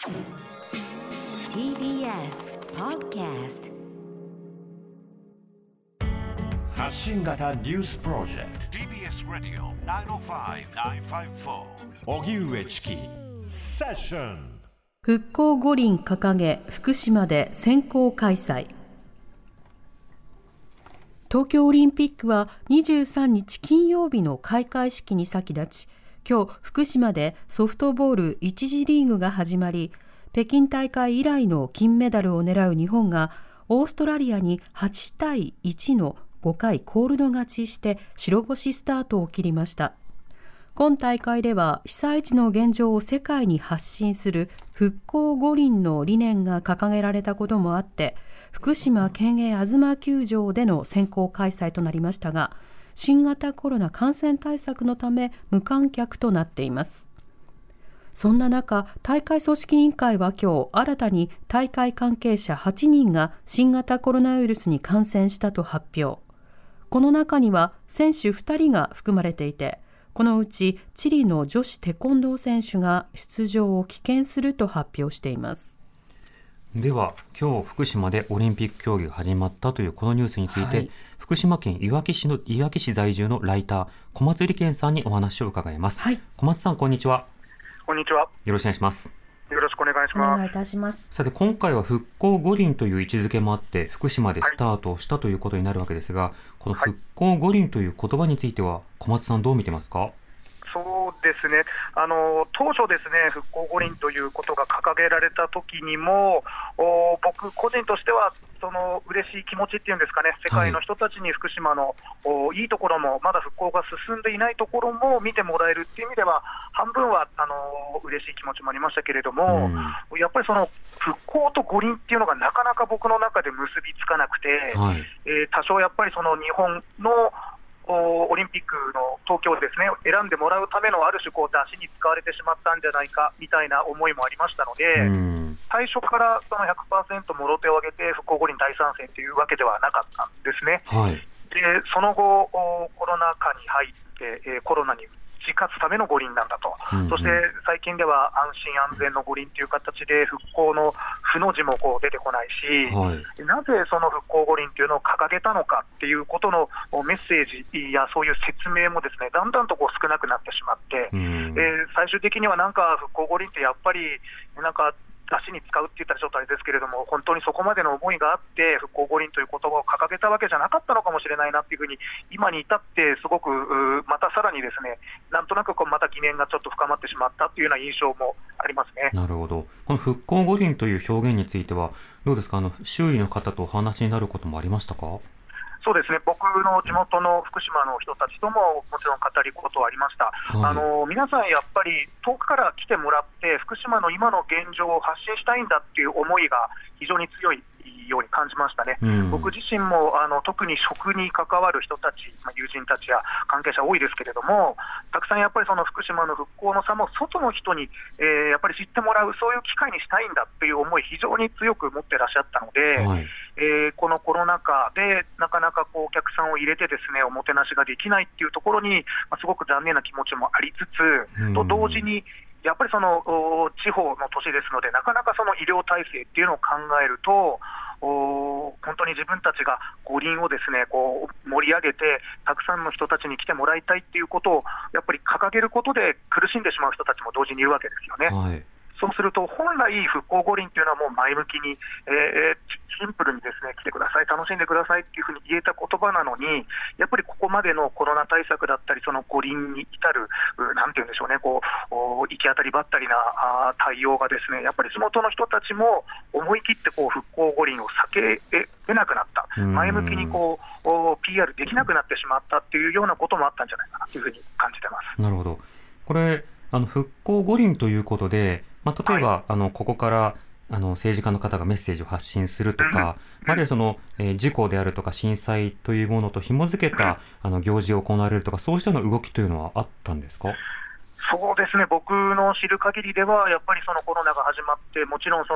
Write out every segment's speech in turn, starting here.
TBS Podcast 発信型ニュースプロジェクト TBS ラディオ905-954おぎゅうえちきセッション。 復興五輪掲げ福島で先行開催。東京オリンピックは23日金曜日の開会式に先立ち、今日福島でソフトボール1次リーグが始まり、北京大会以来の金メダルを狙う日本がオーストラリアに8対1の5回コールド勝ちして白星スタートを切りました。今大会では被災地の現状を世界に発信する復興五輪の理念が掲げられたこともあって、福島県営あづま球場での先行開催となりましたが、新型コロナ感染対策のため無観客となっています。そんな中、大会組織委員会は今日新たに大会関係者8人が新型コロナウイルスに感染したと発表。この中には選手2人が含まれていて、このうちチリの女子テコンドー選手が出場を棄権すると発表しています。 では今日福島でオリンピック競技が始まったというこのニュースについて、福島県いわき市在住のライター小松理健さんにお話を伺います。小松さん、こんにちは。 こんにちは。 よろしくお願いします。 よろしくお願いします。 お願いいたします。 さて、今回は復興五輪という位置づけもあって福島でスタートをしたということになるわけですが、この復興五輪という言葉については小松さんどう見てますか？ そうですね、当初ですね、復興五輪ということが掲げられた時にも、僕個人としてはその嬉しい気持ちっていうんですかね、世界の人たちに福島のいいところもまだ復興が進んでいないところも見てもらえるっていう意味では半分は嬉しい気持ちもありましたけれども、やっぱりその復興と五輪っていうのがなかなか僕の中で結びつかなくて、多少やっぱりその日本のオリンピックの東京ですね、選んでもらうためのある種出しに使われてしまったんじゃないかみたいな思いもありましたので、最初からその 100% もろ手を挙げて復興五輪大賛成というわけではなかったんですね。でその後コロナ禍に入って、コロナに打ち勝つための五輪なんだと、そして最近では安心安全の五輪という形で復興の負の字も出てこないし、なぜその復興五輪というのを掲げたのかっていうことのメッセージやそういう説明もですね、だんだんと少なくなってしまって、最終的にはなんか復興五輪ってやっぱりなんか出しに使うって言ったらちょっとあれですけれども、本当にそこまでの思いがあって復興五輪という言葉を掲げたわけじゃなかったのかもしれないなっていうふうに今に至ってすごくまたさらにですね、なんとなくまた疑念がちょっと深まってしまったというような印象もありますね。 なるほど。この復興五輪という表現についてはどうですか？周囲の方とお話になることもありましたか？ そうですね、僕の地元の福島の人たちとももちろん語りことはありました。皆さんやっぱり遠くから来てもらって福島の今の現状を発信したいんだっていう思いが非常に強いように感じましたね。僕自身も特に食に関わる人たち、友人たちや関係者多いですけれども、たくさんやっぱりその福島の復興の差も外の人に、やっぱり知ってもらう、そういう機会にしたいんだっていう思い非常に強く持ってらっしゃったので、このコロナ禍でなかなかお客さんを入れてですね、おもてなしができないっていうところに、すごく残念な気持ちもありつつ、と同時にやっぱりその地方の都市ですので、なかなかその医療体制っていうのを考えると、本当に自分たちが五輪をですね盛り上げてたくさんの人たちに来てもらいたいっていうことをやっぱり掲げることで苦しんでしまう人たちも同時にいるわけですよね。そうすると本来復興五輪というのはもう前向きに、シンプルにですね来てください、楽しんでくださいっていうふうに言えた言葉なのに、やっぱりここまでのコロナ対策だったりその五輪に至るなんていうんでしょうね、行き当たりばったりな対応がですね、やっぱり地元の人たちも思い切って復興五輪を避けれなくなった、前向きにPR できなくなってしまったっていうようなこともあったんじゃないかなというふうに感じてます。 なるほど。これ復興五輪ということで、例えば、ここから政治家の方がメッセージを発信するとか、あるいはその、事故であるとか震災というものと紐付けた行事を行われるとか、そうしたような動きというのはあったんですか？ そうですね、僕の知る限りではやっぱりそのコロナが始まって、もちろんその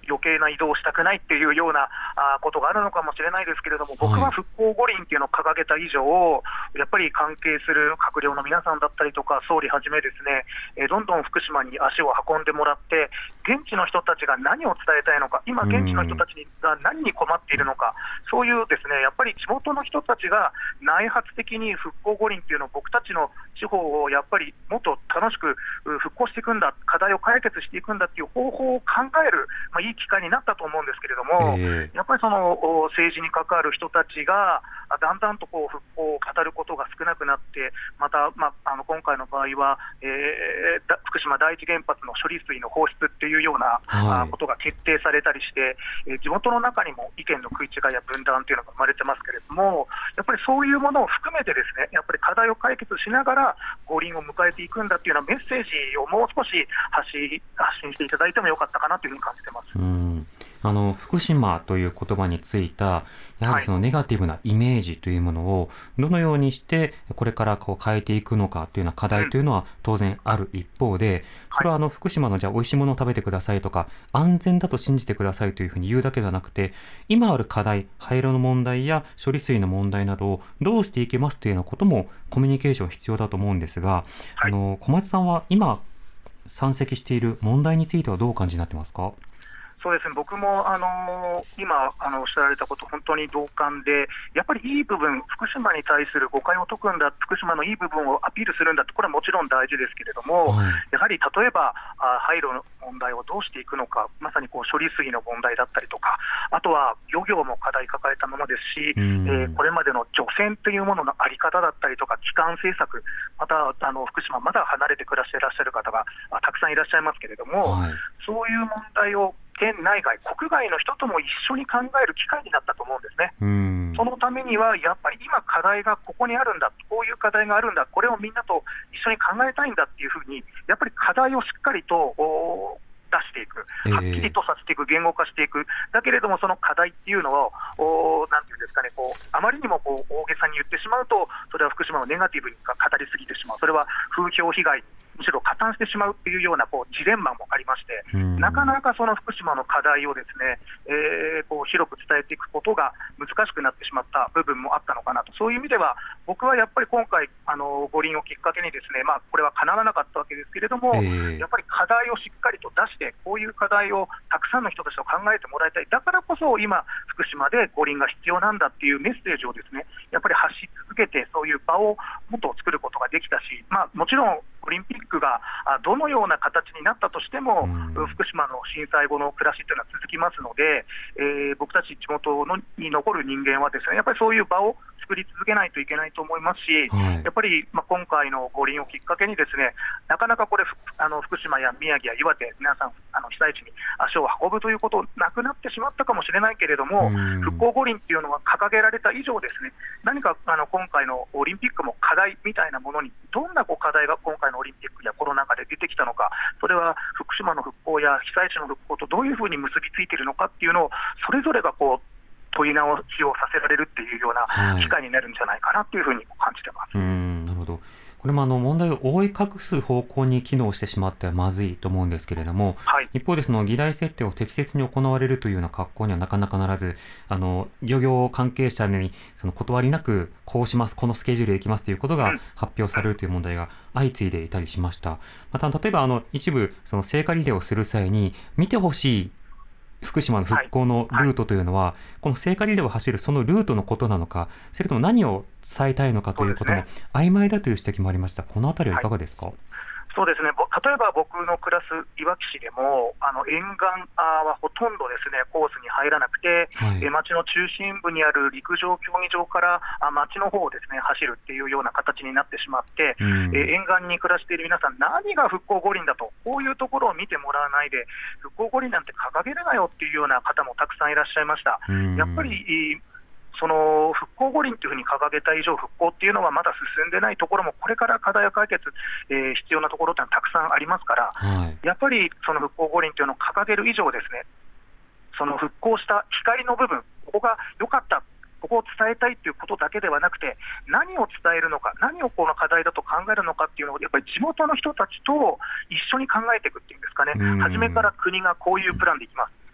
余計な移動をしたくないっていうようなことがあるのかもしれないですけれども、僕は復興五輪っていうのを掲げた以上、やっぱり関係する閣僚の皆さんだったりとか、総理はじめですね、どんどん福島に足を運んでもらって、現地の人たちが何を伝えたいのか、今、現地の人たちが何に困っているのか、そういうですね、やっぱり地元の人たちが内発的に復興五輪っていうのを、僕たちの地方をやっぱりもっと楽しく復興していくんだ、課題を解決していくんだっていう方法を考える、いい機会になったと思うんですけれども、やっぱりその政治に関わる人たちがだんだんとこう復興を語ることが少なくなって、また、今回の場合は、福島第一原発の処理水の放出っていうような、ことが決定されたりして、地元の中にも意見の食い違いや分断というのが生まれてますけれども、やっぱりそういうものを含めてですね、やっぱり課題を解決しながら五輪を迎えていくんだっていうようなメッセージをもう少し発信していただいてもよかったかなというふうに感じてます。 福島という言葉についたやはりそのネガティブなイメージというものをどのようにしてこれからこう変えていくのかというような課題というのは当然ある一方で、それは福島のじゃあ美味しいものを食べてくださいとか安全だと信じてくださいというふうに言うだけではなくて、今ある課題、廃炉の問題や処理水の問題などをどうしていけますというようなこともコミュニケーション必要だと思うんですが、小松さんは今山積している問題についてはどうお感じになってますか？ そうですね、僕も今おっしゃられたこと本当に同感で、やっぱりいい部分、福島に対する誤解を解くんだ、福島のいい部分をアピールするんだと、これはもちろん大事ですけれども、やはり例えば廃炉の問題をどうしていくのか、まさにこう処理水の問題だったりとか、あとは漁業も課題抱えたものですし、これまでの除染というものの在り方だったりとか、基幹政策、また福島まだ離れて暮らしていらっしゃる方がたくさんいらっしゃいますけれども、そういう問題を県内外、国外の人とも一緒に考える機会になったと思うんですね。そのためにはやっぱり今課題がここにあるんだ、こういう課題があるんだ、これをみんなと一緒に考えたいんだっていうふうに、やっぱり課題をしっかりと出していく、はっきりとさせていく、言語化していく。だけれどもその課題っていうのをなんていうんですかね、あまりにも大げさに言ってしまうと、それは福島をネガティブに語りすぎてしまう、それは風評被害、むしろ加担してしまうっていうようなジレンマもありまして、なかなかその福島の課題をですね、広く伝えていくことが難しくなってしまった部分もあったのかなと。そういう意味では僕はやっぱり今回五輪をきっかけにですね、これは叶わなかったわけですけれども、やっぱり課題をしっかりと出して、こういう課題をたくさんの人たちと考えてもらいたい、だからこそ今福島で五輪が必要なんだっていうメッセージをですね、やっぱり発し続けて、そういう場をもっと作ることができたし、もちろんオリンピックがどのような形になったとしても、福島の震災後の暮らしというのは続きますので、僕たち地元に残る人間はですね、やっぱりそういう場を作り続けないといけないと思いますし、やっぱり今回の五輪をきっかけにですね、なかなかこれ福島や宮城や岩手、皆さん被災地に足を運ぶということなくなってしまったかもしれないけれども、復興五輪っていうのは掲げられた以上ですね、何か今回のオリンピックも課題みたいなものにどんな課題が今回のオリンピックやコロナ禍で出てきたのか、それは福島の復興や被災地の復興とどういうふうに結びついているのかっていうのを、それぞれが問い直しをさせられるっていうような機会になるんじゃないかなというふうに感じてます。 なるほど。これも問題を覆い隠す方向に機能してしまってはまずいと思うんですけれども、一方でその議題設定を適切に行われるというような格好にはなかなかならず、漁業関係者にその断りなくこうします、このスケジュールでいきますということが発表されるという問題が相次いでいたりしました。また例えば一部その聖火リレーをする際に見てほしい福島の復興のルートというのは、この聖火リレーを走るそのルートのことなのか、それとも何を伝えたいのかということも曖昧だという指摘もありました。このあたりはいかがですか？ そうですね、例えば僕の暮らすいわき市でも沿岸はほとんどですねコースに入らなくて、町の中心部にある陸上競技場から町の方をですね走るっていうような形になってしまって、沿岸に暮らしている皆さん、何が復興五輪だと、こういうところを見てもらわないで復興五輪なんて掲げれないよっていうような方もたくさんいらっしゃいました。やっぱりその復興五輪というふうに掲げた以上、復興っていうのはまだ進んでないところも、これから課題を解決、必要なところってのはたくさんありますから、やっぱりその復興五輪というのを掲げる以上ですね、その復興した光の部分、ここが良かった、ここを伝えたいということだけではなくて、何を伝えるのか、何をこの課題だと考えるのかっていうのをやっぱり地元の人たちと一緒に考えていくっていうんですかね、初めから国がこういうプランでいきます、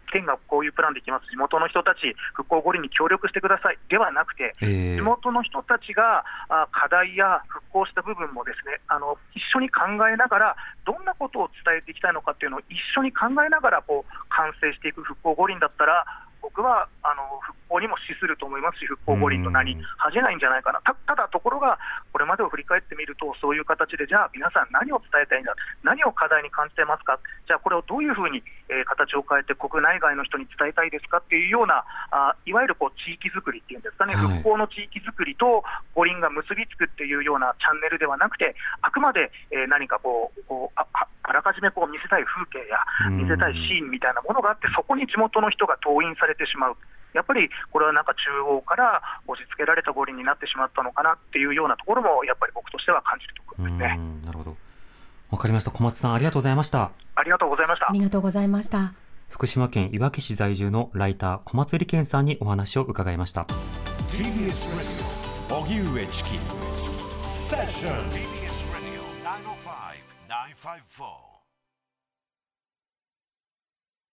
県がこういうプランでいきます、地元の人たち復興五輪に協力してくださいではなくて、地元の人たちが課題や復興した部分もですね、一緒に考えながらどんなことを伝えていきたいのかっていうのを一緒に考えながら完成していく復興五輪だったら、僕は復興にも資すると思いますし、復興五輪の名に恥じないんじゃないかな。ただところが、これまでを振り返ってみると、そういう形で、じゃあ皆さん何を伝えたいんだ、何を課題に感じてますか、じゃあこれをどういうふうに、形を変えて国内外の人に伝えたいですかっていうような、いわゆる地域づくりっていうんですかね、復興の地域づくりと五輪が結びつくっていうようなチャンネルではなくて、あくまで、何かあらかじめ見せたい風景や見せたいシーンみたいなものがあって、そこに地元の人が動員されてしまう。やっぱりこれはなんか中央から押し付けられた五輪になってしまったのかなっていうようなところもやっぱり僕としては感じるところですね。 なるほど、わかりました。小松さん、ありがとうございました。 ありがとうございました。 ありがとうございました。 福島県いわき市在住のライター小松理健さんにお話を伺いました。 TBS ラジオ荻上チキセッション TBS ラジオ905-954